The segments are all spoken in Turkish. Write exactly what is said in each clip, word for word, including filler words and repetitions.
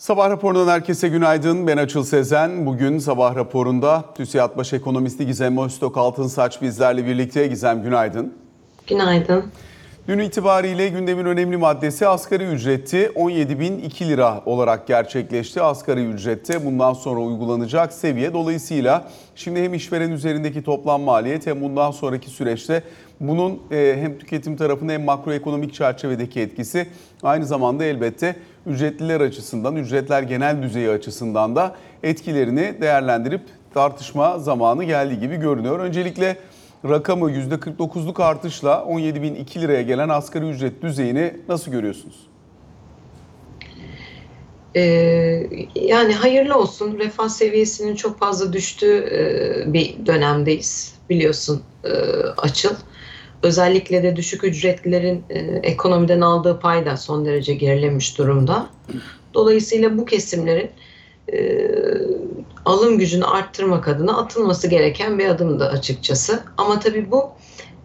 Sabah raporundan herkese günaydın. Ben Açıl Sezen. Bugün sabah raporunda TÜSİAD Baş Ekonomisti Gizem Öztok Altınsaç bizlerle birlikte. Gizem günaydın. Günaydın. Dün itibariyle gündemin önemli maddesi asgari ücretti. on yedi bin iki lira olarak gerçekleşti. Asgari ücrette bundan sonra uygulanacak seviye. Dolayısıyla şimdi hem işveren üzerindeki toplam maliyet hem bundan sonraki süreçte bunun hem tüketim tarafında hem makroekonomik çerçevedeki etkisi aynı zamanda elbette ücretliler açısından, ücretler genel düzeyi açısından da etkilerini değerlendirip tartışma zamanı geldiği gibi görünüyor. Öncelikle rakamı yüzde kırk dokuzluk artışla on yedi bin iki liraya gelen asgari ücret düzeyini nasıl görüyorsunuz? Ee, yani hayırlı olsun. Refah seviyesinin çok fazla düştüğü e, bir dönemdeyiz. Biliyorsun e, Açıl. Özellikle de düşük ücretlilerin e, ekonomiden aldığı pay da son derece gerilemiş durumda. Dolayısıyla bu kesimlerin e, alım gücünü arttırmak adına atılması gereken bir adımdı açıkçası. Ama tabii bu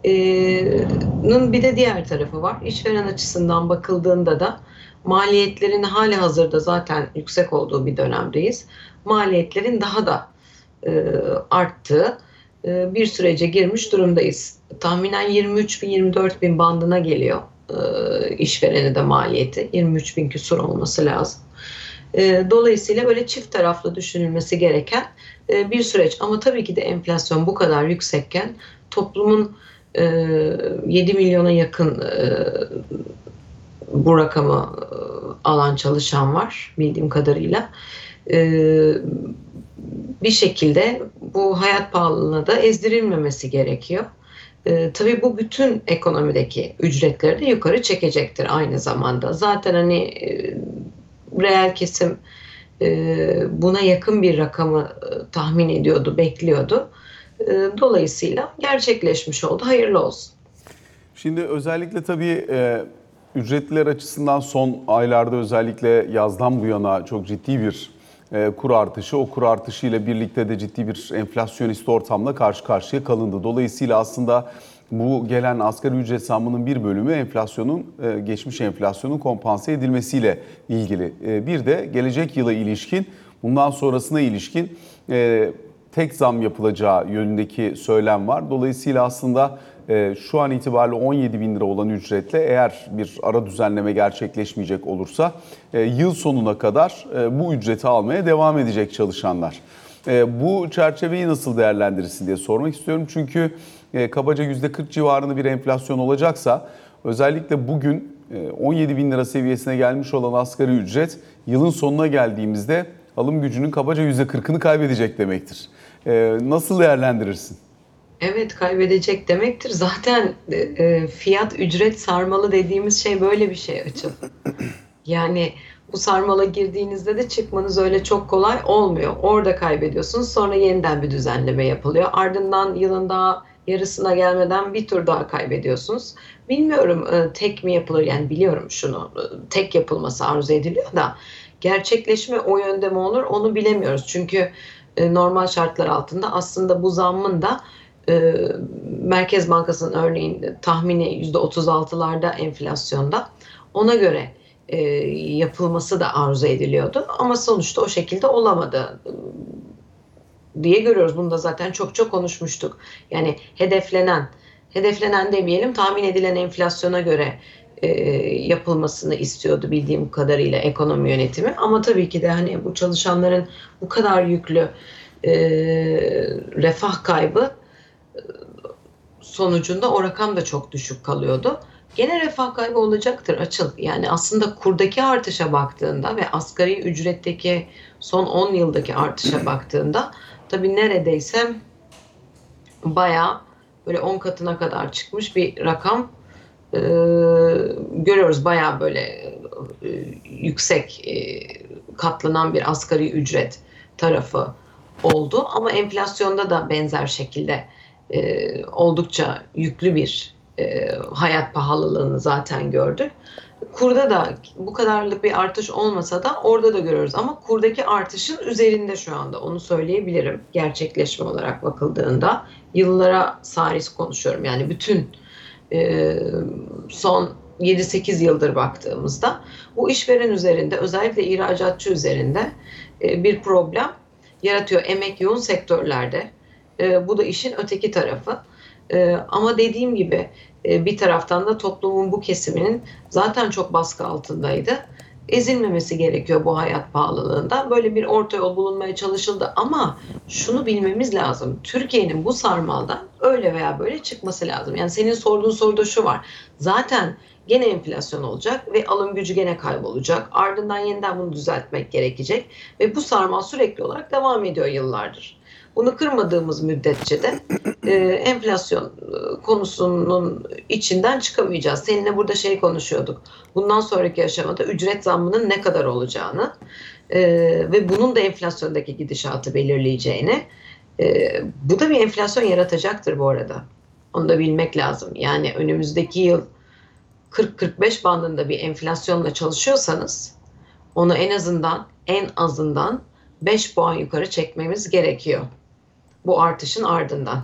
bunun bir de diğer tarafı var. İşveren açısından bakıldığında da maliyetlerin hali hazırda zaten yüksek olduğu bir dönemdeyiz. Maliyetlerin daha da e, arttığı e, bir sürece girmiş durumdayız. Tahminen yirmi üç bin yirmi dört bin bandına geliyor e, işvereni de maliyeti. yirmi üç bin küsur olması lazım. E, dolayısıyla böyle çift taraflı düşünülmesi gereken e, bir süreç. Ama tabii ki de enflasyon bu kadar yüksekken toplumun e, yedi milyona yakın e, bu rakamı e, alan çalışan var bildiğim kadarıyla. E, bir şekilde bu hayat pahalılığına da ezdirilmemesi gerekiyor. E, tabii bu bütün ekonomideki ücretleri de yukarı çekecektir aynı zamanda. Zaten hani e, reel kesim e, buna yakın bir rakamı e, tahmin ediyordu, bekliyordu. E, dolayısıyla gerçekleşmiş oldu. Hayırlı olsun. Şimdi özellikle tabii e, ücretliler açısından son aylarda özellikle yazdan bu yana çok ciddi bir e, kur artışı, o kur artışı ile birlikte de ciddi bir enflasyonist ortamla karşı karşıya kalındı. Dolayısıyla aslında bu gelen asgari ücret zammının bir bölümü enflasyonun, geçmiş enflasyonun kompanse edilmesiyle ilgili. Bir de gelecek yıla ilişkin, bundan sonrasına ilişkin tek zam yapılacağı yönündeki söylem var. Dolayısıyla aslında şu an itibariyle on yedi bin lira olan ücretle eğer bir ara düzenleme gerçekleşmeyecek olursa yıl sonuna kadar bu ücreti almaya devam edecek çalışanlar. Bu çerçeveyi nasıl değerlendirirsin diye sormak istiyorum. Çünkü kabaca yüzde kırk civarında bir enflasyon olacaksa özellikle bugün on yedi bin lira seviyesine gelmiş olan asgari ücret yılın sonuna geldiğimizde alım gücünün kabaca yüzde kırkını kaybedecek demektir. Nasıl değerlendirirsin? Evet, kaybedecek demektir. Zaten e, fiyat ücret sarmalı dediğimiz şey böyle bir şey Açıl. Yani bu sarmala girdiğinizde de çıkmanız öyle çok kolay olmuyor. Orada kaybediyorsunuz. Sonra yeniden bir düzenleme yapılıyor. Ardından yılın daha yarısına gelmeden bir tur daha kaybediyorsunuz. Bilmiyorum e, tek mi yapılır, yani biliyorum şunu e, tek yapılması arzu ediliyor da gerçekleşme o yönde mi olur onu bilemiyoruz. Çünkü e, normal şartlar altında aslında bu zammın da e, Merkez Bankası'nın örneğin tahmini yüzde otuz altılarda enflasyonda, ona göre e, yapılması da arzu ediliyordu. Ama sonuçta o şekilde olamadı diye görüyoruz. Bunu da zaten çok çok konuşmuştuk. Yani hedeflenen, hedeflenen demeyelim, tahmin edilen enflasyona göre e, yapılmasını istiyordu bildiğim kadarıyla ekonomi yönetimi. Ama tabii ki de hani bu çalışanların bu kadar yüklü e, refah kaybı sonucunda o rakam da çok düşük kalıyordu. Gene refah kaybı olacaktır Açıl. Yani aslında kurdaki artışa baktığında ve asgari ücretteki son on yıldaki artışa baktığında tabii neredeyse bayağı böyle on katına kadar çıkmış bir rakam e, görüyoruz. Bayağı böyle e, yüksek e, katlanan bir asgari ücret tarafı oldu. Ama enflasyonda da benzer şekilde e, oldukça yüklü bir e, hayat pahalılığını zaten gördük. Kurda da bu kadarlık bir artış olmasa da orada da görüyoruz. Ama kurdaki artışın üzerinde şu anda, onu söyleyebilirim. Gerçekleşme olarak bakıldığında yıllara sariz konuşuyorum. Yani bütün e, son yedi sekiz yıldır baktığımızda bu işveren üzerinde, özellikle ihracatçı üzerinde e, bir problem yaratıyor emek yoğun sektörlerde. E, bu da işin öteki tarafı. E, ama dediğim gibi e, bir taraftan da toplumun bu kesiminin zaten çok baskı altındaydı. Ezilmemesi gerekiyor bu hayat pahalılığında. Böyle bir orta yol bulunmaya çalışıldı ama şunu bilmemiz lazım. Türkiye'nin bu sarmaldan öyle veya böyle çıkması lazım. Yani senin sorduğun soruda şu var. Zaten gene enflasyon olacak ve alım gücü gene kaybolacak. Ardından yeniden bunu düzeltmek gerekecek ve bu sarmal sürekli olarak devam ediyor yıllardır. Bunu kırmadığımız müddetçe de e, enflasyon e, konusunun içinden çıkamayacağız. Seninle burada şey konuşuyorduk. Bundan sonraki aşamada ücret zammının ne kadar olacağını e, ve bunun da enflasyondaki gidişatı belirleyeceğini. E, bu da bir enflasyon yaratacaktır bu arada. Onu da bilmek lazım. Yani önümüzdeki yıl kırk kırk beş bandında bir enflasyonla çalışıyorsanız onu en azından en azından beş puan yukarı çekmemiz gerekiyor. Bu artışın ardından.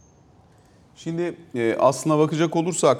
Şimdi e, aslına bakacak olursak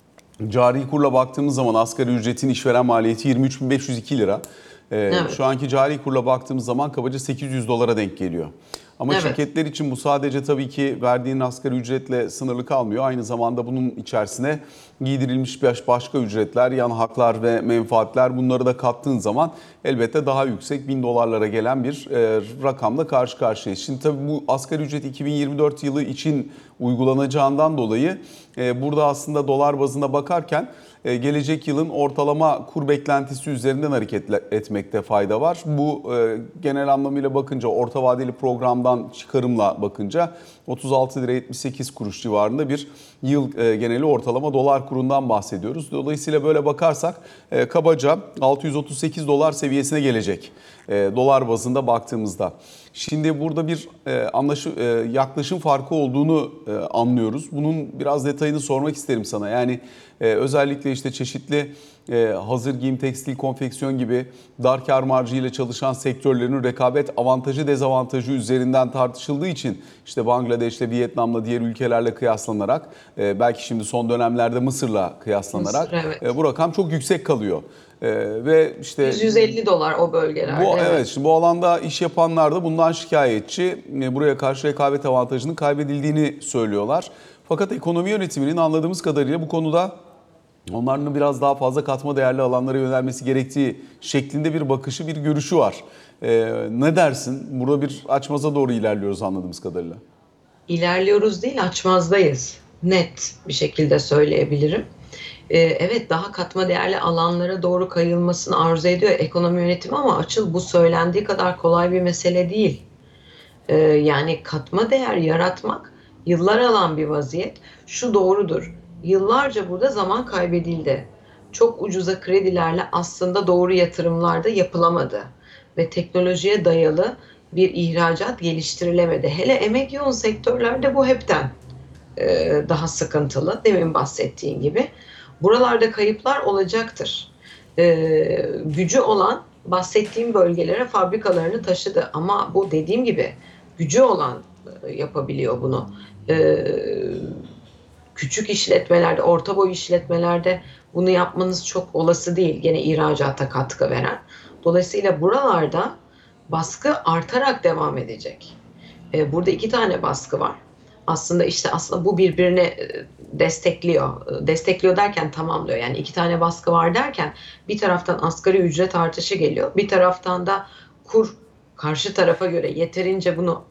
cari kurla baktığımız zaman asgari ücretin işveren maliyeti yirmi üç bin beş yüz iki lira. E, Evet. Şu anki cari kurla baktığımız zaman kabaca sekiz yüz dolara denk geliyor. Ama Evet. şirketler için bu sadece tabii ki verdiğin asgari ücretle sınırlı kalmıyor. Aynı zamanda bunun içerisine giydirilmiş başka ücretler, yan haklar ve menfaatler, bunları da kattığın zaman elbette daha yüksek bin dolarlara gelen bir e, rakamla karşı karşıyayız. Şimdi tabii bu asgari ücret iki bin yirmi dört yılı için uygulanacağından dolayı e, burada aslında dolar bazına bakarken e, gelecek yılın ortalama kur beklentisi üzerinden hareket etmekte fayda var. Bu e, genel anlamıyla bakınca, orta vadeli programdan çıkarımla bakınca otuz altı lira yetmiş sekiz kuruş civarında bir yıl e, geneli ortalama dolar kurundan bahsediyoruz. Dolayısıyla böyle bakarsak e, kabaca altı yüz otuz sekiz dolar seviyesine gelecek e, dolar bazında baktığımızda. Şimdi burada bir e, anlaşı, e, yaklaşım farkı olduğunu e, anlıyoruz. Bunun biraz detayını sormak isterim sana. Yani e, özellikle işte çeşitli e, hazır giyim, tekstil, konfeksiyon gibi dar kar marjı ile çalışan sektörlerin rekabet avantajı dezavantajı üzerinden tartışıldığı için işte Bangladeş'le, Vietnam'la, diğer ülkelerle kıyaslanarak e, belki şimdi son dönemlerde Mısır'la kıyaslanarak Mısır, evet. e, bu rakam çok yüksek kalıyor. Ee, ve işte yüz yüz elli dolar o bölgelerde. bu, evet. evet. Şimdi bu alanda iş yapanlar da bundan şikayetçi. Ee, Buraya karşı rekabet avantajının kaybedildiğini söylüyorlar. Fakat ekonomi yönetiminin anladığımız kadarıyla bu konuda onların biraz daha fazla katma değerli alanlara yönelmesi gerektiği şeklinde bir bakışı, bir görüşü var. Ee, ne dersin? Burada bir açmaza doğru ilerliyoruz anladığımız kadarıyla. İlerliyoruz değil, açmazdayız. Net bir şekilde söyleyebilirim. Ee, evet, daha katma değerli alanlara doğru kayılmasını arzu ediyor ekonomi yönetimi ama Açıl, bu söylendiği kadar kolay bir mesele değil. Ee, yani katma değer yaratmak yıllar alan bir vaziyet. Şu doğrudur. Yıllarca burada zaman kaybedildi. Çok ucuza kredilerle aslında doğru yatırımlar da yapılamadı. Ve teknolojiye dayalı bir ihracat geliştirilemedi. Hele emek yoğun sektörlerde bu hepten e, daha sıkıntılı. Demin bahsettiğin gibi. Buralarda kayıplar olacaktır. Ee, gücü olan bahsettiğim bölgelere fabrikalarını taşıdı. Ama bu dediğim gibi gücü olan e, yapabiliyor bunu. Ee, küçük işletmelerde, orta boy işletmelerde bunu yapmanız çok olası değil. Gene ihracata katkı veren. Dolayısıyla buralarda baskı artarak devam edecek. Ee, burada iki tane baskı var. Aslında işte aslında bu birbirini destekliyor. Destekliyor derken tamamlıyor. Yani iki tane baskı var derken bir taraftan asgari ücret artışı geliyor. Bir taraftan da kur karşı tarafa göre yeterince bunu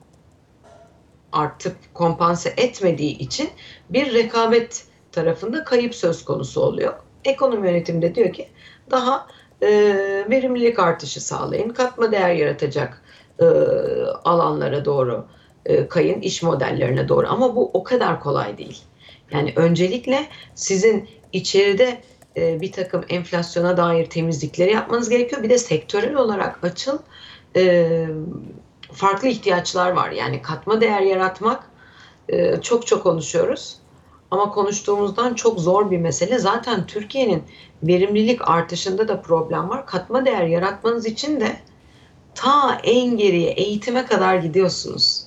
artıp kompanse etmediği için bir rekabet tarafında kayıp söz konusu oluyor. Ekonomi yönetimi de diyor ki daha e, verimlilik artışı sağlayın, katma değer yaratacak e, alanlara doğru e, kayın, iş modellerine doğru. Ama bu o kadar kolay değil. Yani öncelikle sizin içeride e, bir takım enflasyona dair temizlikleri yapmanız gerekiyor. Bir de sektörel olarak Açıl e, farklı ihtiyaçlar var. Yani katma değer yaratmak e, çok çok konuşuyoruz. Ama konuştuğumuzdan çok zor bir mesele. Zaten Türkiye'nin verimlilik artışında da problem var. Katma değer yaratmanız için de ta en geriye eğitime kadar gidiyorsunuz.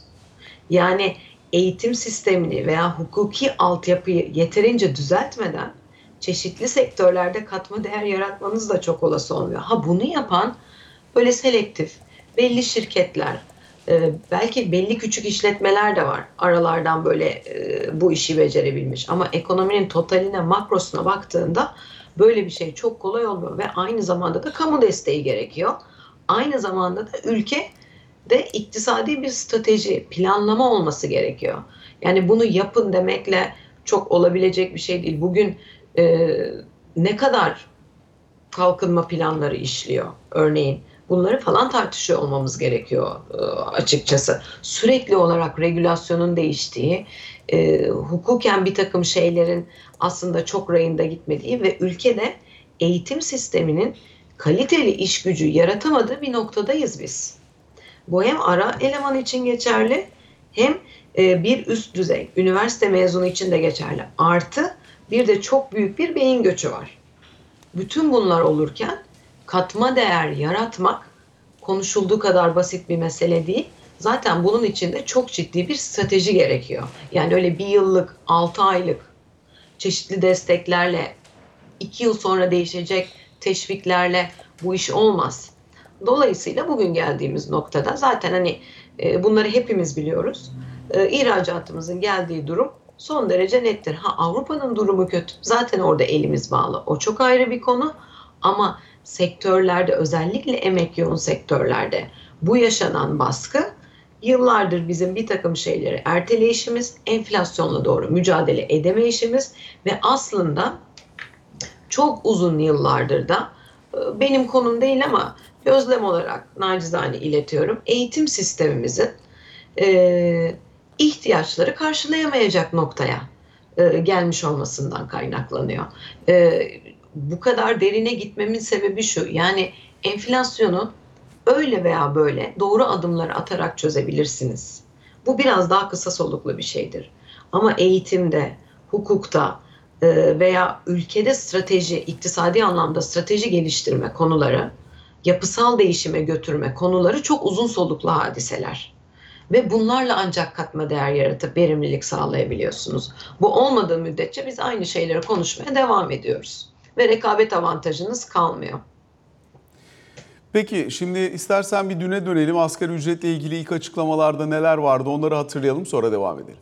Yani eğitim sistemini veya hukuki altyapıyı yeterince düzeltmeden çeşitli sektörlerde katma değer yaratmanız da çok olası olmuyor. Ha bunu yapan böyle selektif, belli şirketler, e, belki belli küçük işletmeler de var. Aralardan böyle e, bu işi becerebilmiş. Ama ekonominin totaline, makrosuna baktığında böyle bir şey çok kolay olmuyor. Ve aynı zamanda da kamu desteği gerekiyor. Aynı zamanda da ülke de iktisadi bir strateji, planlama olması gerekiyor. Yani bunu yapın demekle çok olabilecek bir şey değil. Bugün e, ne kadar kalkınma planları işliyor örneğin. Bunları falan tartışıyor olmamız gerekiyor e, açıkçası. Sürekli olarak regülasyonun değiştiği, e, hukuken bir takım şeylerin aslında çok rayında gitmediği ve ülkede eğitim sisteminin kaliteli iş gücü yaratamadığı bir noktadayız biz. Bu hem ara eleman için geçerli hem e, bir üst düzey üniversite mezunu için de geçerli. Artı bir de çok büyük bir beyin göçü var. Bütün bunlar olurken katma değer yaratmak konuşulduğu kadar basit bir mesele değil. Zaten bunun için de çok ciddi bir strateji gerekiyor. Yani öyle bir yıllık, altı aylık çeşitli desteklerle, iki yıl sonra değişecek teşviklerle bu iş olmaz. Dolayısıyla bugün geldiğimiz noktada zaten hani e, bunları hepimiz biliyoruz. E, ihracatımızın geldiği durum son derece nettir. Ha Avrupa'nın durumu kötü. Zaten orada elimiz bağlı. O çok ayrı bir konu. Ama sektörlerde özellikle emek yoğun sektörlerde bu yaşanan baskı yıllardır bizim bir takım şeyleri erteleyişimiz, enflasyonla doğru mücadele edemeyişimiz ve aslında çok uzun yıllardır da benim konum değil ama gözlem olarak nacizane iletiyorum. Eğitim sistemimizin e, ihtiyaçları karşılayamayacak noktaya e, gelmiş olmasından kaynaklanıyor. E, bu kadar derine gitmemin sebebi şu. Yani enflasyonu öyle veya böyle doğru adımları atarak çözebilirsiniz. Bu biraz daha kısa soluklu bir şeydir. Ama eğitimde, hukukta e, veya ülkede strateji, iktisadi anlamda strateji geliştirme konuları, yapısal değişime götürme konuları çok uzun soluklu hadiseler. Ve bunlarla ancak katma değer yaratıp verimlilik sağlayabiliyorsunuz. Bu olmadığı müddetçe biz aynı şeyleri konuşmaya devam ediyoruz. Ve rekabet avantajınız kalmıyor. Peki şimdi istersen bir düne dönelim. Asgari ücretle ilgili ilk açıklamalarda neler vardı onları hatırlayalım, sonra devam edelim.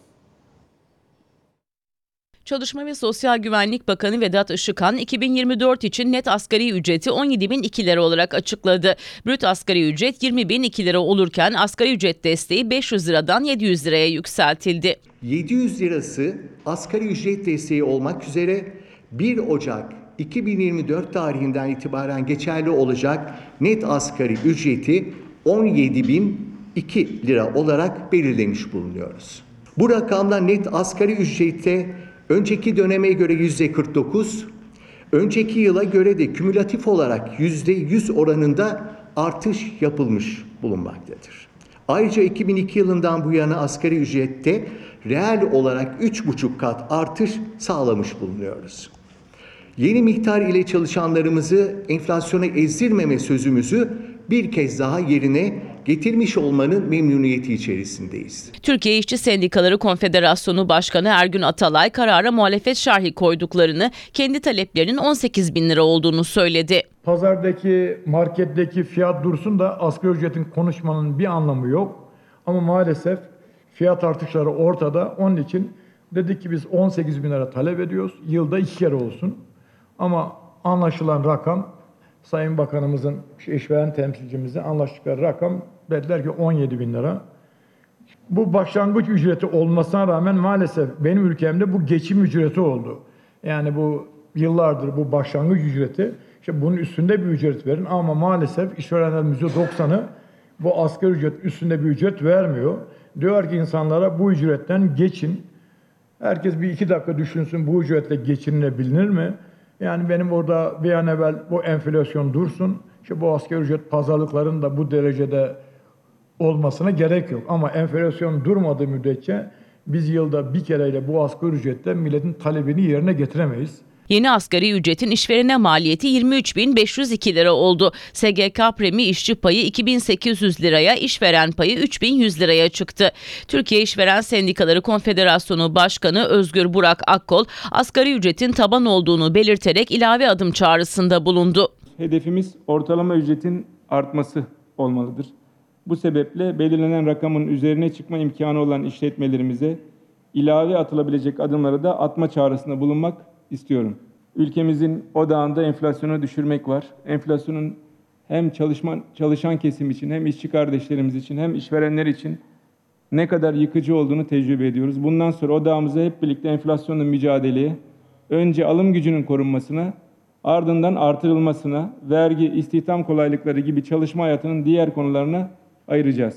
Çalışma ve Sosyal Güvenlik Bakanı Vedat Işıkhan iki bin yirmi dört için net asgari ücreti on yedi bin iki lira olarak açıkladı. Brüt asgari ücret yirmi bin iki lira olurken asgari ücret desteği beş yüz liradan yedi yüz liraya yükseltildi. yedi yüz lirası asgari ücret desteği olmak üzere bir Ocak iki bin yirmi dört tarihinden itibaren geçerli olacak net asgari ücreti on yedi bin iki lira olarak belirlemiş bulunuyoruz. Bu rakamda net asgari ücrette önceki döneme göre yüzde kırk dokuz, önceki yıla göre de kümülatif olarak yüzde yüz oranında artış yapılmış bulunmaktadır. Ayrıca iki bin iki yılından bu yana asgari ücrette reel olarak üç buçuk kat artış sağlamış bulunuyoruz. Yeni miktar ile çalışanlarımızı enflasyona ezdirmeme sözümüzü bir kez daha yerine getirmiş olmanın memnuniyeti içerisindeyiz. Türkiye İşçi Sendikaları Konfederasyonu Başkanı Ergün Atalay karara muhalefet şerhi koyduklarını, kendi taleplerinin on sekiz bin lira olduğunu söyledi. Pazardaki, marketteki fiyat dursun da asgari ücretin konuşmanın bir anlamı yok. Ama maalesef fiyat artışları ortada. Onun için dedik ki biz on sekiz bin lira talep ediyoruz. Yılda iki kere olsun. Ama anlaşılan rakam, Sayın Bakanımızın, işveren temsilcimizin anlaştıkları rakam dediler ki on yedi bin lira. Bu başlangıç ücreti olmasına rağmen maalesef benim ülkemde bu geçim ücreti oldu. Yani bu yıllardır bu başlangıç ücreti, işte bunun üstünde bir ücret verin ama maalesef işverenlerin yüzde doksanı bu asgari ücret üstünde bir ücret vermiyor. Diyor ki insanlara bu ücretten geçin. Herkes bir iki dakika düşünsün, bu ücretle geçinilebilir mi? Yani benim orada bir an evvel bu enflasyon dursun. İşte bu asgari ücret pazarlıkların da bu derecede olmasına gerek yok. Ama enflasyon durmadığı müddetçe biz yılda bir kereyle bu asgari ücretle milletin talebini yerine getiremeyiz. Yeni asgari ücretin işverene maliyeti yirmi üç bin beş yüz iki lira oldu. S G K primi işçi payı iki bin sekiz yüz liraya, işveren payı üç bin yüz liraya çıktı. Türkiye İşveren Sendikaları Konfederasyonu Başkanı Özgür Burak Akkol, asgari ücretin taban olduğunu belirterek ilave adım çağrısında bulundu. Hedefimiz ortalama ücretin artması olmalıdır. Bu sebeple belirlenen rakamın üzerine çıkma imkanı olan işletmelerimize ilave atılabilecek adımları da atma çağrısında bulunmak istiyorum. Ülkemizin odağında enflasyonu düşürmek var. Enflasyonun hem çalışma, çalışan kesim için, hem işçi kardeşlerimiz için, hem işverenler için ne kadar yıkıcı olduğunu tecrübe ediyoruz. Bundan sonra odağımızı hep birlikte enflasyonla mücadeleye, önce alım gücünün korunmasına, ardından artırılmasına, vergi, istihdam kolaylıkları gibi çalışma hayatının diğer konularına ayıracağız.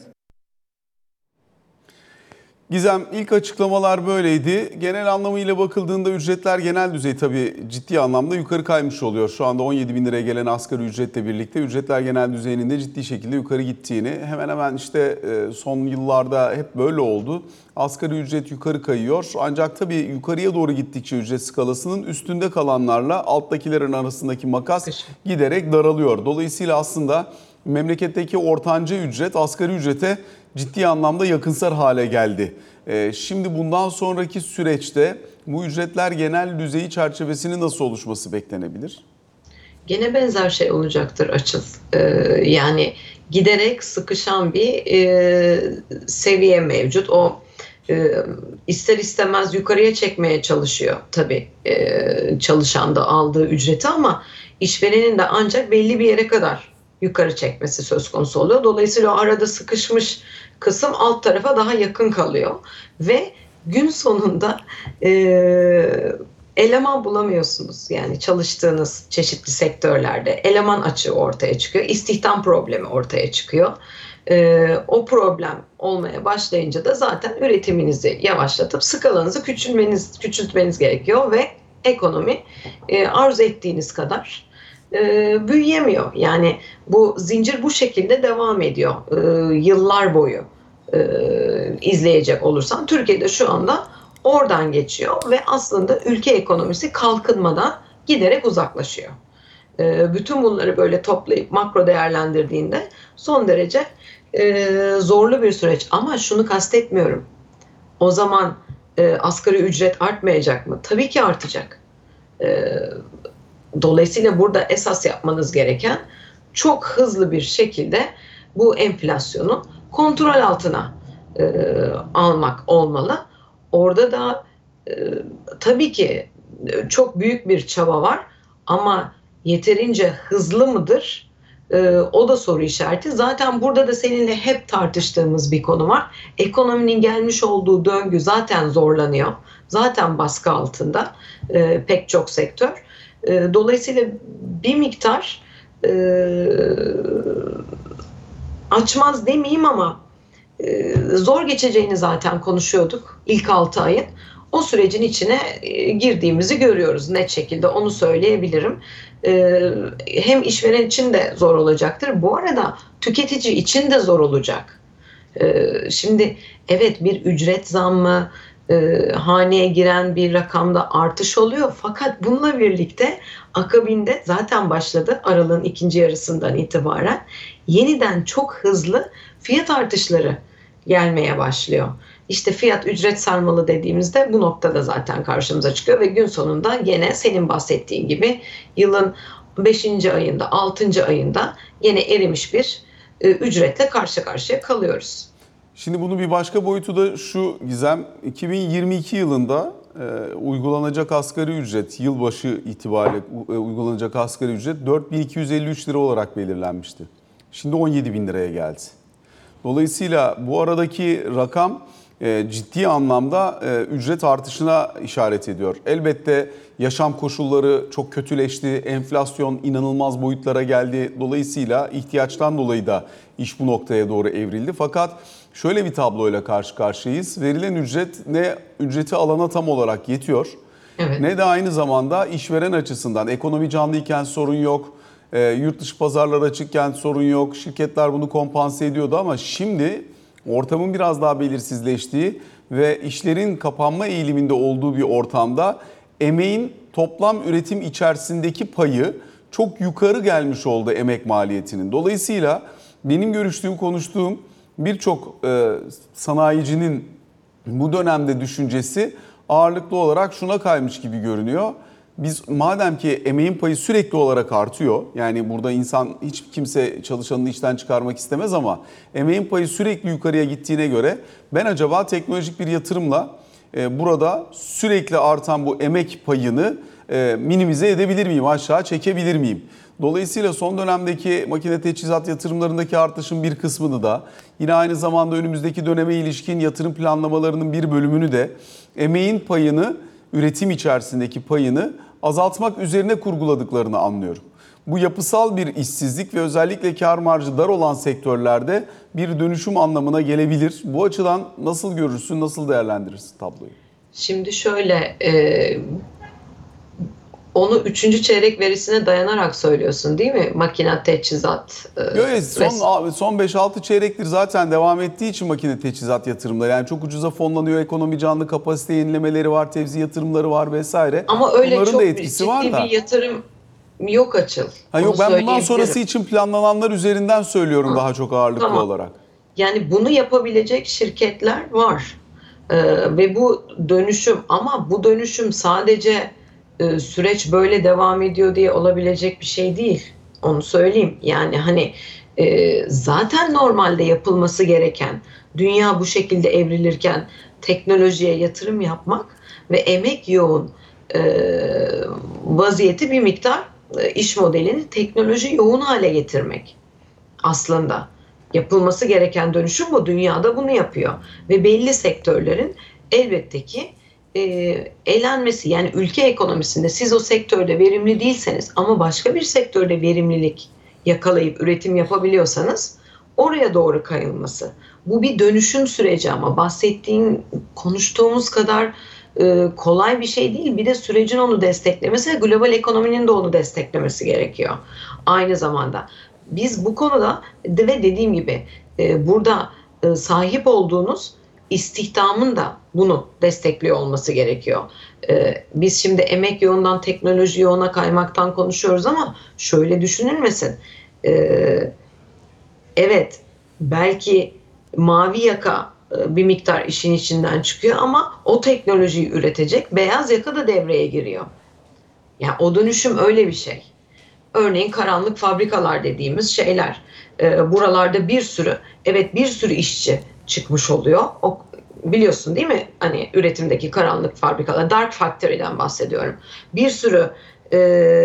Gizem, ilk açıklamalar böyleydi. Genel anlamıyla bakıldığında ücretler genel düzey tabii ciddi anlamda yukarı kaymış oluyor. Şu anda on yedi bin liraya gelen asgari ücretle birlikte ücretler genel düzeyinin de ciddi şekilde yukarı gittiğini, hemen hemen işte son yıllarda hep böyle oldu. Asgari ücret yukarı kayıyor. Ancak tabii yukarıya doğru gittikçe ücret skalasının üstünde kalanlarla alttakilerin arasındaki makas giderek daralıyor. Dolayısıyla aslında memleketteki ortanca ücret asgari ücrete ciddi anlamda yakınsar hale geldi. Şimdi bundan sonraki süreçte bu ücretler genel düzeyi çerçevesinin nasıl oluşması beklenebilir? Gene benzer şey olacaktır Açıl. Ee, yani giderek sıkışan bir e, seviye mevcut. O e, ister istemez yukarıya çekmeye çalışıyor tabii e, çalışan da aldığı ücreti, ama işverenin de ancak belli bir yere kadar yukarı çekmesi söz konusu oluyor. Dolayısıyla o arada sıkışmış kısım alt tarafa daha yakın kalıyor ve gün sonunda e, eleman bulamıyorsunuz. Yani çalıştığınız çeşitli sektörlerde eleman açığı ortaya çıkıyor, istihdam problemi ortaya çıkıyor. E, o problem olmaya başlayınca da zaten üretiminizi yavaşlatıp skalanızı küçülmeniz, küçültmeniz gerekiyor ve ekonomi e, arzu ettiğiniz kadar E, büyüyemiyor. Yani bu zincir bu şekilde devam ediyor e, yıllar boyu e, izleyecek olursan. Türkiye'de şu anda oradan geçiyor ve aslında ülke ekonomisi kalkınmadan giderek uzaklaşıyor. E, bütün bunları böyle toplayıp makro değerlendirdiğinde son derece e, zorlu bir süreç. Ama şunu kastetmiyorum. O zaman e, asgari ücret artmayacak mı? Tabii ki artacak. E, Dolayısıyla burada esas yapmanız gereken çok hızlı bir şekilde bu enflasyonu kontrol altına e, almak olmalı. Orada da e, tabii ki çok büyük bir çaba var, ama yeterince hızlı mıdır? E, o da soru işareti. Zaten burada da seninle hep tartıştığımız bir konu var. Ekonominin gelmiş olduğu döngü zaten zorlanıyor. Zaten baskı altında e, pek çok sektör. Dolayısıyla bir miktar e, açmaz demeyeyim ama e, zor geçeceğini zaten konuşuyorduk ilk altı ayın. O sürecin içine e, girdiğimizi görüyoruz net şekilde, onu söyleyebilirim. E, hem işveren için de zor olacaktır. Bu arada tüketici için de zor olacak. E, şimdi evet, bir ücret zammı, E, haneye giren bir rakamda artış oluyor. Fakat bununla birlikte akabinde zaten başladı aralığın ikinci yarısından itibaren yeniden çok hızlı fiyat artışları gelmeye başlıyor. İşte fiyat ücret sarmalı dediğimizde bu noktada zaten karşımıza çıkıyor ve gün sonunda gene senin bahsettiğin gibi yılın beşinci ayında, altıncı ayında yine erimiş bir e, ücretle karşı karşıya kalıyoruz. Şimdi bunun bir başka boyutu da şu Gizem, iki bin yirmi iki yılında e, uygulanacak asgari ücret, yılbaşı itibariyle e, uygulanacak asgari ücret dört bin iki yüz elli üç lira olarak belirlenmişti. Şimdi on yedi bin liraya geldi. Dolayısıyla bu aradaki rakam e, ciddi anlamda e, ücret artışına işaret ediyor. Elbette yaşam koşulları çok kötüleşti, enflasyon inanılmaz boyutlara geldi. Dolayısıyla ihtiyaçtan dolayı da iş bu noktaya doğru evrildi. Fakat şöyle bir tabloyla karşı karşıyayız. Verilen ücret ne ücreti alana tam olarak yetiyor, evet, ne de aynı zamanda işveren açısından ekonomi canlıyken sorun yok, e, yurt dışı pazarlar açıkken sorun yok, şirketler bunu kompanse ediyordu, ama şimdi ortamın biraz daha belirsizleştiği ve işlerin kapanma eğiliminde olduğu bir ortamda emeğin toplam üretim içerisindeki payı çok yukarı gelmiş oldu emek maliyetinin. Dolayısıyla benim görüştüğüm, konuştuğum birçok e, sanayicinin bu dönemde düşüncesi ağırlıklı olarak şuna kaymış gibi görünüyor. Biz madem ki emeğin payı sürekli olarak artıyor, yani burada insan hiç kimse çalışanını işten çıkarmak istemez ama emeğin payı sürekli yukarıya gittiğine göre ben acaba teknolojik bir yatırımla e, burada sürekli artan bu emek payını e, minimize edebilir miyim, aşağı çekebilir miyim? Dolayısıyla son dönemdeki makine teçhizat yatırımlarındaki artışın bir kısmını da yine aynı zamanda önümüzdeki döneme ilişkin yatırım planlamalarının bir bölümünü de emeğin payını, üretim içerisindeki payını azaltmak üzerine kurguladıklarını anlıyorum. Bu yapısal bir işsizlik ve özellikle kar marjı dar olan sektörlerde bir dönüşüm anlamına gelebilir. Bu açıdan nasıl görürsün, nasıl değerlendirirsin tabloyu? Şimdi şöyle, e, onu üçüncü çeyrek verisine dayanarak söylüyorsun değil mi? Makine teçhizat. E, Evet, son, son beş altı çeyrektir zaten devam ettiği için makine teçhizat yatırımları. Yani çok ucuza fonlanıyor, ekonomi canlı, kapasite yenilemeleri var, tevzi yatırımları var vesaire. Ama öyle bunların çok da etkisi ciddi var da. bir yatırım yok Açıl. Ha yok, Onu ben bundan söyleyebilirim. sonrası için planlananlar üzerinden söylüyorum Ha, daha çok ağırlıklı tamam. olarak. Yani bunu yapabilecek şirketler var. Ee, ve bu dönüşüm, ama bu dönüşüm sadece e, süreç böyle devam ediyor diye olabilecek bir şey değil. Onu söyleyeyim. Yani hani e, zaten normalde yapılması gereken, dünya bu şekilde evrilirken teknolojiye yatırım yapmak ve emek yoğun e, vaziyeti bir miktar e, iş modelini teknoloji yoğun hale getirmek aslında. Yapılması gereken dönüşüm bu. Dünyada bunu yapıyor. Ve belli sektörlerin elbette ki e, elenmesi, yani ülke ekonomisinde siz o sektörde verimli değilseniz ama başka bir sektörde verimlilik yakalayıp üretim yapabiliyorsanız oraya doğru kayılması. Bu bir dönüşüm süreci ama bahsettiğin, konuştuğumuz kadar e, kolay bir şey değil. Bir de sürecin onu desteklemesi ve global ekonominin de onu desteklemesi gerekiyor. Aynı zamanda. Biz bu konuda ve dediğim gibi e, burada e, sahip olduğunuz istihdamın da bunu destekliyor olması gerekiyor. E, biz şimdi emek yoğundan teknoloji yoğuna kaymaktan konuşuyoruz ama şöyle düşünülmesin. E, evet, belki mavi yaka e, bir miktar işin içinden çıkıyor ama o teknolojiyi üretecek beyaz yaka da devreye giriyor. Yani o dönüşüm öyle bir şey. Örneğin karanlık fabrikalar dediğimiz şeyler. E, buralarda bir sürü, evet bir sürü işçi çıkmış oluyor. O, biliyorsun değil mi? Hani üretimdeki karanlık fabrikalar, dark factory'den bahsediyorum. Bir sürü e,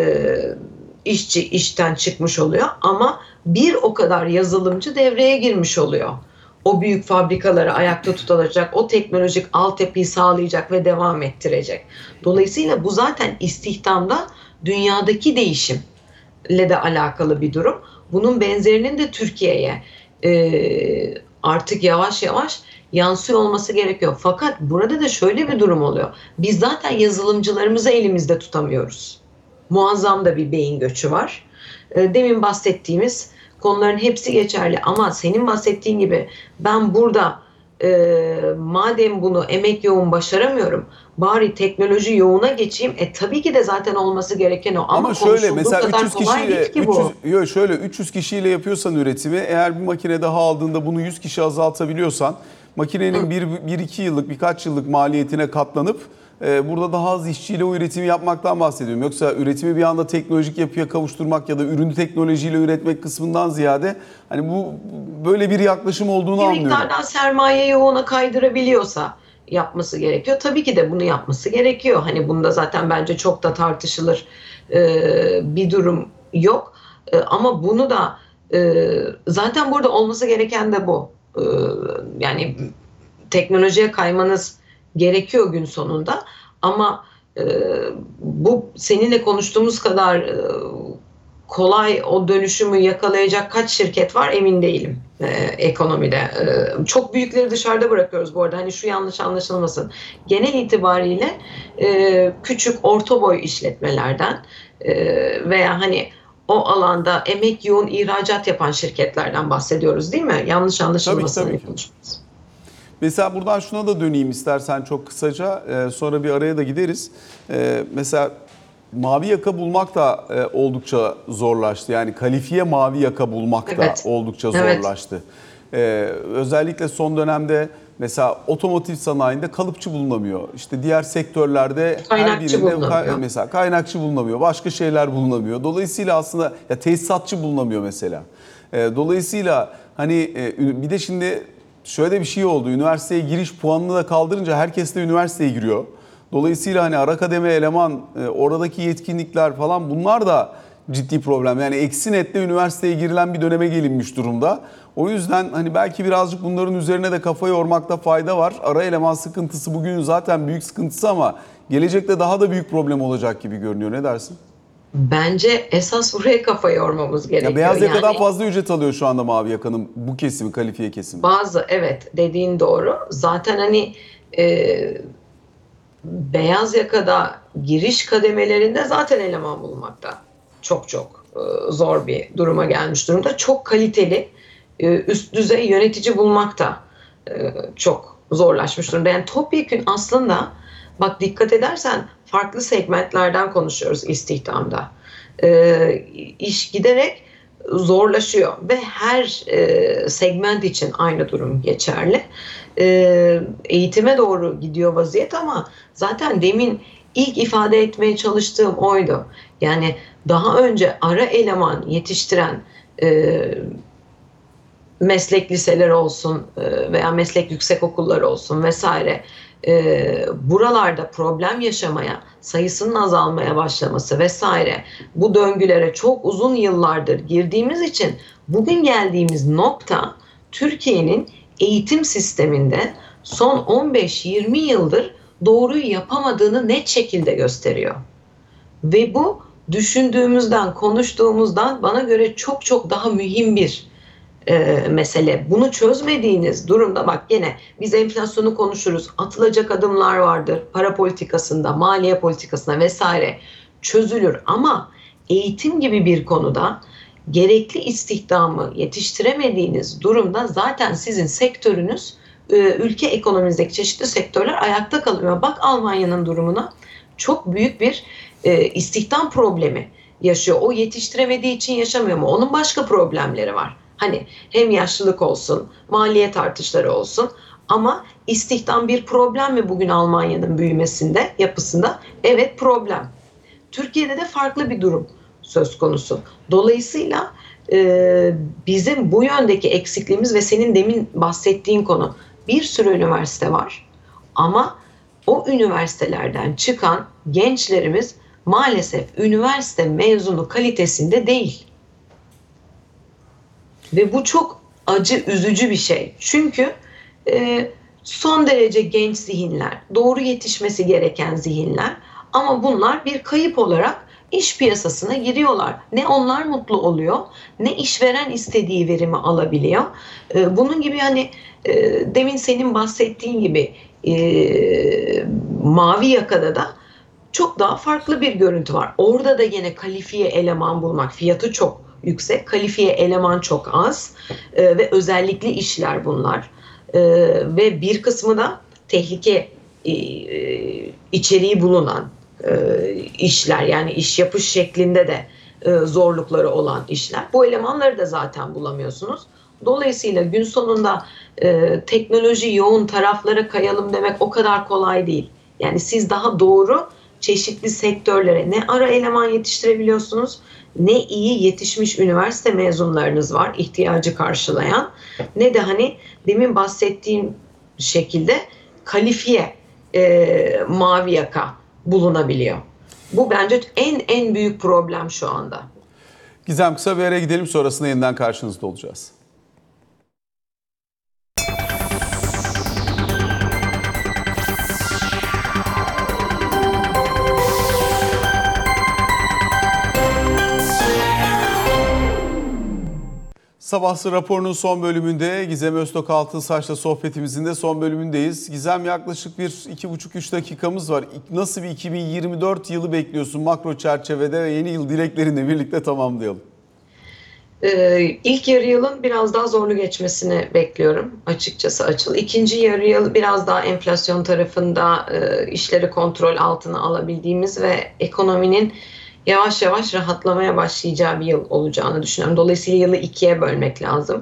işçi işten çıkmış oluyor ama bir o kadar yazılımcı devreye girmiş oluyor. O büyük fabrikaları ayakta tutacak, o teknolojik altyapıyı sağlayacak ve devam ettirecek. Dolayısıyla bu zaten istihdamda dünyadaki değişim ile de alakalı bir durum. Bunun benzerinin de Türkiye'ye e, artık yavaş yavaş yansıyor olması gerekiyor. Fakat burada da şöyle bir durum oluyor. Biz zaten yazılımcılarımızı elimizde tutamıyoruz. Muazzam da bir beyin göçü var. E, demin bahsettiğimiz konuların hepsi geçerli ama senin bahsettiğin gibi ben burada e, madem bunu emek yoğun başaramıyorum, bari teknoloji yoğuna geçeyim. E tabii ki de zaten olması gereken o. Ama, Ama şöyle mesela kadar üç yüz kolay kişiyle değil ki üç yüz, bu. yok şöyle üç yüz kişiyle yapıyorsan üretimi, eğer bir makine daha aldığında bunu yüz kişi azaltabiliyorsan makinenin bir iki yıllık, birkaç yıllık maliyetine katlanıp e, burada daha az işçiyle o üretimi yapmaktan bahsediyorum. Yoksa üretimi bir anda teknolojik yapıya kavuşturmak ya da ürünü teknolojiyle üretmek kısmından ziyade hani bu böyle bir yaklaşım olduğunu Bir anlıyorum. miktardan sermaye yoğuna kaydırabiliyorsa yapması gerekiyor. Tabii ki de bunu yapması gerekiyor. Hani bunda zaten bence çok da tartışılır e, bir durum yok. E, ama bunu da e, zaten burada olması gereken de bu. E, yani teknolojiye kaymanız gerekiyor gün sonunda. Ama e, bu seninle konuştuğumuz kadar e, kolay o dönüşümü yakalayacak kaç şirket var emin değilim e, ekonomide. E, çok büyükleri dışarıda bırakıyoruz bu arada. Hani şu yanlış anlaşılmasın. Genel itibariyle e, küçük orta boy işletmelerden e, veya hani o alanda emek yoğun ihracat yapan şirketlerden bahsediyoruz değil mi? Yanlış anlaşılmasın. Tabii, tabii ki. Mesela buradan şuna da döneyim istersen çok kısaca. Ee, sonra bir araya da gideriz. Ee, mesela mavi yaka bulmak da e, oldukça zorlaştı. Yani kalifiye mavi yaka bulmak Evet. da oldukça Evet. zorlaştı. Ee, özellikle son dönemde mesela otomotiv sanayinde kalıpçı bulunamıyor. İşte diğer sektörlerde her Kaynakçı birinde bulunamıyor. ka- mesela kaynakçı bulunamıyor. Başka şeyler bulunamıyor. Dolayısıyla aslında ya tesisatçı bulunamıyor mesela. Ee, dolayısıyla hani e, bir de şimdi şöyle bir şey oldu. Üniversiteye giriş puanını da kaldırınca herkes de üniversiteye giriyor. Dolayısıyla hani ara kademe eleman, e, oradaki yetkinlikler falan bunlar da ciddi problem. Yani eksi netle üniversiteye girilen bir döneme gelinmiş durumda. O yüzden hani belki birazcık bunların üzerine de kafa yormakta fayda var. Ara eleman sıkıntısı bugün zaten büyük sıkıntısı ama gelecekte daha da büyük problem olacak gibi görünüyor. Ne dersin? Bence esas buraya kafa yormamız gerekiyor. Ya beyaz yakadan Yani fazla ücret alıyor şu anda mavi yakanın bu kesimi, kalifiye kesimi. bazı, evet, dediğin doğru. Zaten hani e, beyaz yakada giriş kademelerinde zaten eleman bulmakta çok çok e, zor bir duruma gelmiş durumda. Çok kaliteli e, üst düzey yönetici bulmak da e, çok zorlaşmış durumda. Yani topyekün aslında bak dikkat edersen farklı segmentlerden konuşuyoruz istihdamda. E, iş giderek zorlaşıyor ve her e, segment için aynı durum geçerli. E, eğitime doğru gidiyor vaziyet ama zaten demin ilk ifade etmeye çalıştığım oydu. Yani daha önce ara eleman yetiştiren e, meslek liseleri olsun e, veya meslek yüksekokulları olsun vesaire e, buralarda problem yaşamaya, sayısının azalmaya başlaması vesaire bu döngülere çok uzun yıllardır girdiğimiz için bugün geldiğimiz nokta Türkiye'nin eğitim sisteminde son on beş yirmi yıldır doğruyu yapamadığını net şekilde gösteriyor. Ve bu düşündüğümüzden, konuştuğumuzdan bana göre çok çok daha mühim bir e, mesele. Bunu çözmediğiniz durumda bak gene biz enflasyonu konuşuruz. Atılacak adımlar vardır. Para politikasında, maliye politikasında vesaire çözülür ama eğitim gibi bir konuda gerekli istihdamı yetiştiremediğiniz durumda zaten sizin sektörünüz, e, ülke ekonomimizdeki çeşitli sektörler ayakta kalıyor. Bak Almanya'nın durumuna, çok büyük bir e, istihdam problemi yaşıyor. O yetiştiremediği için yaşamıyor mu? Onun başka problemleri var. Hani hem yaşlılık olsun, maliyet artışları olsun ama istihdam bir problem mi bugün Almanya'nın büyümesinde, yapısında? Evet, problem. Türkiye'de de farklı bir durum söz konusu. Dolayısıyla e, bizim bu yöndeki eksikliğimiz ve senin demin bahsettiğin konu, bir sürü üniversite var ama o üniversitelerden çıkan gençlerimiz maalesef üniversite mezunu kalitesinde değil. Ve bu çok acı, üzücü bir şey. Çünkü e, son derece genç zihinler, doğru yetişmesi gereken zihinler ama bunlar bir kayıp olarak iş piyasasına giriyorlar. Ne onlar mutlu oluyor, ne işveren istediği verimi alabiliyor. E, bunun gibi hani e, demin senin bahsettiğin gibi e, mavi yakada da çok daha farklı bir görüntü var. Orada da yine kalifiye eleman bulmak, fiyatı çok yüksek, kalifiye eleman çok az e, ve özellikli işler bunlar. E, ve bir kısmı da tehlike e, içeriği bulunan e, işler, yani iş yapış şeklinde de e, zorlukları olan işler. Bu elemanları da zaten bulamıyorsunuz. Dolayısıyla gün sonunda e, teknoloji yoğun taraflara kayalım demek o kadar kolay değil. Yani siz daha doğru çeşitli sektörlere ne ara eleman yetiştirebiliyorsunuz, ne iyi yetişmiş üniversite mezunlarınız var ihtiyacı karşılayan, ne de hani demin bahsettiğim şekilde kalifiye e, mavi yaka bulunabiliyor. Bu bence en en büyük problem şu anda. Gizem, kısa bir araya gidelim, sonrasında yeniden karşınızda olacağız. Sabahsı raporunun son bölümünde Gizem Öztok Altınsaç'la sohbetimizin de son bölümündeyiz. Gizem, yaklaşık bir iki buçuk üç dakikamız var. Nasıl bir iki bin yirmi dört yılı bekliyorsun makro çerçevede ve yeni yıl dileklerinle birlikte tamamlayalım. Ee, ilk yarı yılın biraz daha zorlu geçmesini bekliyorum açıkçası Açıl. İkinci yarı yıl biraz daha enflasyon tarafında e, işleri kontrol altına alabildiğimiz ve ekonominin yavaş yavaş rahatlamaya başlayacağı bir yıl olacağını düşünüyorum. Dolayısıyla yılı ikiye bölmek lazım.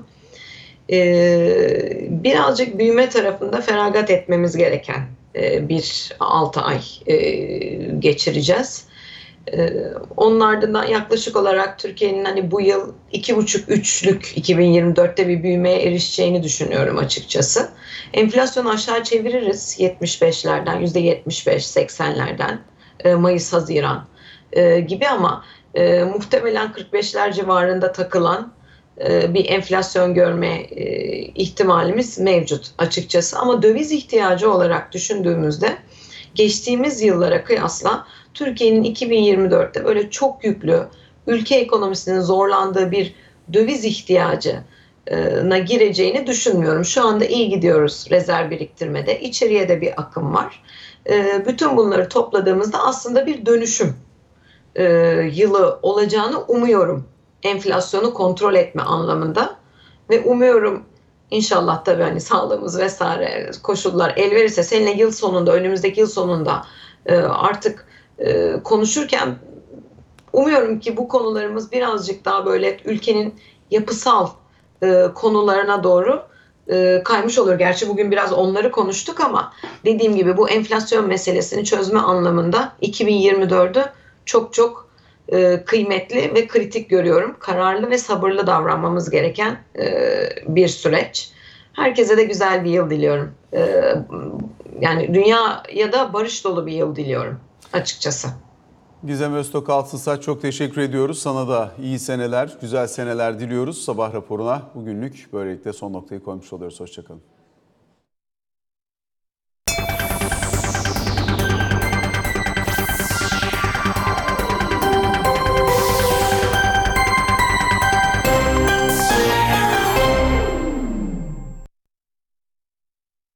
Ee, birazcık büyüme tarafında feragat etmemiz gereken e, bir altı ay e, geçireceğiz. Ee, onun ardından yaklaşık olarak Türkiye'nin hani bu yıl iki buçuk üçlük iki bin yirmi dörtte bir büyümeye erişeceğini düşünüyorum açıkçası. Enflasyonu aşağı çeviririz yetmiş beşlerden, yüzde yetmiş beş seksenlerden Mayıs Haziran e, gibi ama e, muhtemelen kırk beşler civarında takılan e, bir enflasyon görme e, ihtimalimiz mevcut açıkçası. Ama döviz ihtiyacı olarak düşündüğümüzde geçtiğimiz yıllara kıyasla Türkiye'nin iki bin yirmi dörtte böyle çok yüklü, ülke ekonomisinin zorlandığı bir döviz ihtiyacına gireceğini düşünmüyorum. Şu anda iyi gidiyoruz rezerv biriktirmede. İçeriye de bir akım var. Bütün bunları topladığımızda aslında bir dönüşüm yılı olacağını umuyorum. Enflasyonu kontrol etme anlamında ve umuyorum İnşallah tabii hani sağlığımız vesaire koşullar el verirse seninle yıl sonunda, önümüzdeki yıl sonunda artık konuşurken umuyorum ki bu konularımız birazcık daha böyle ülkenin yapısal konularına doğru kaymış olur. Gerçi bugün biraz onları konuştuk ama dediğim gibi bu enflasyon meselesini çözme anlamında iki bin yirmi dördü çok çok kıymetli ve kritik görüyorum. Kararlı ve sabırlı davranmamız gereken bir süreç. Herkese de güzel bir yıl diliyorum. Yani dünyaya da barış dolu bir yıl diliyorum açıkçası. Gizem Öztok Altınsaç, çok teşekkür ediyoruz. Sana da iyi seneler, güzel seneler diliyoruz. Sabah raporuna bugünlük böylelikle son noktayı koymuş oluyoruz. Hoşçakalın.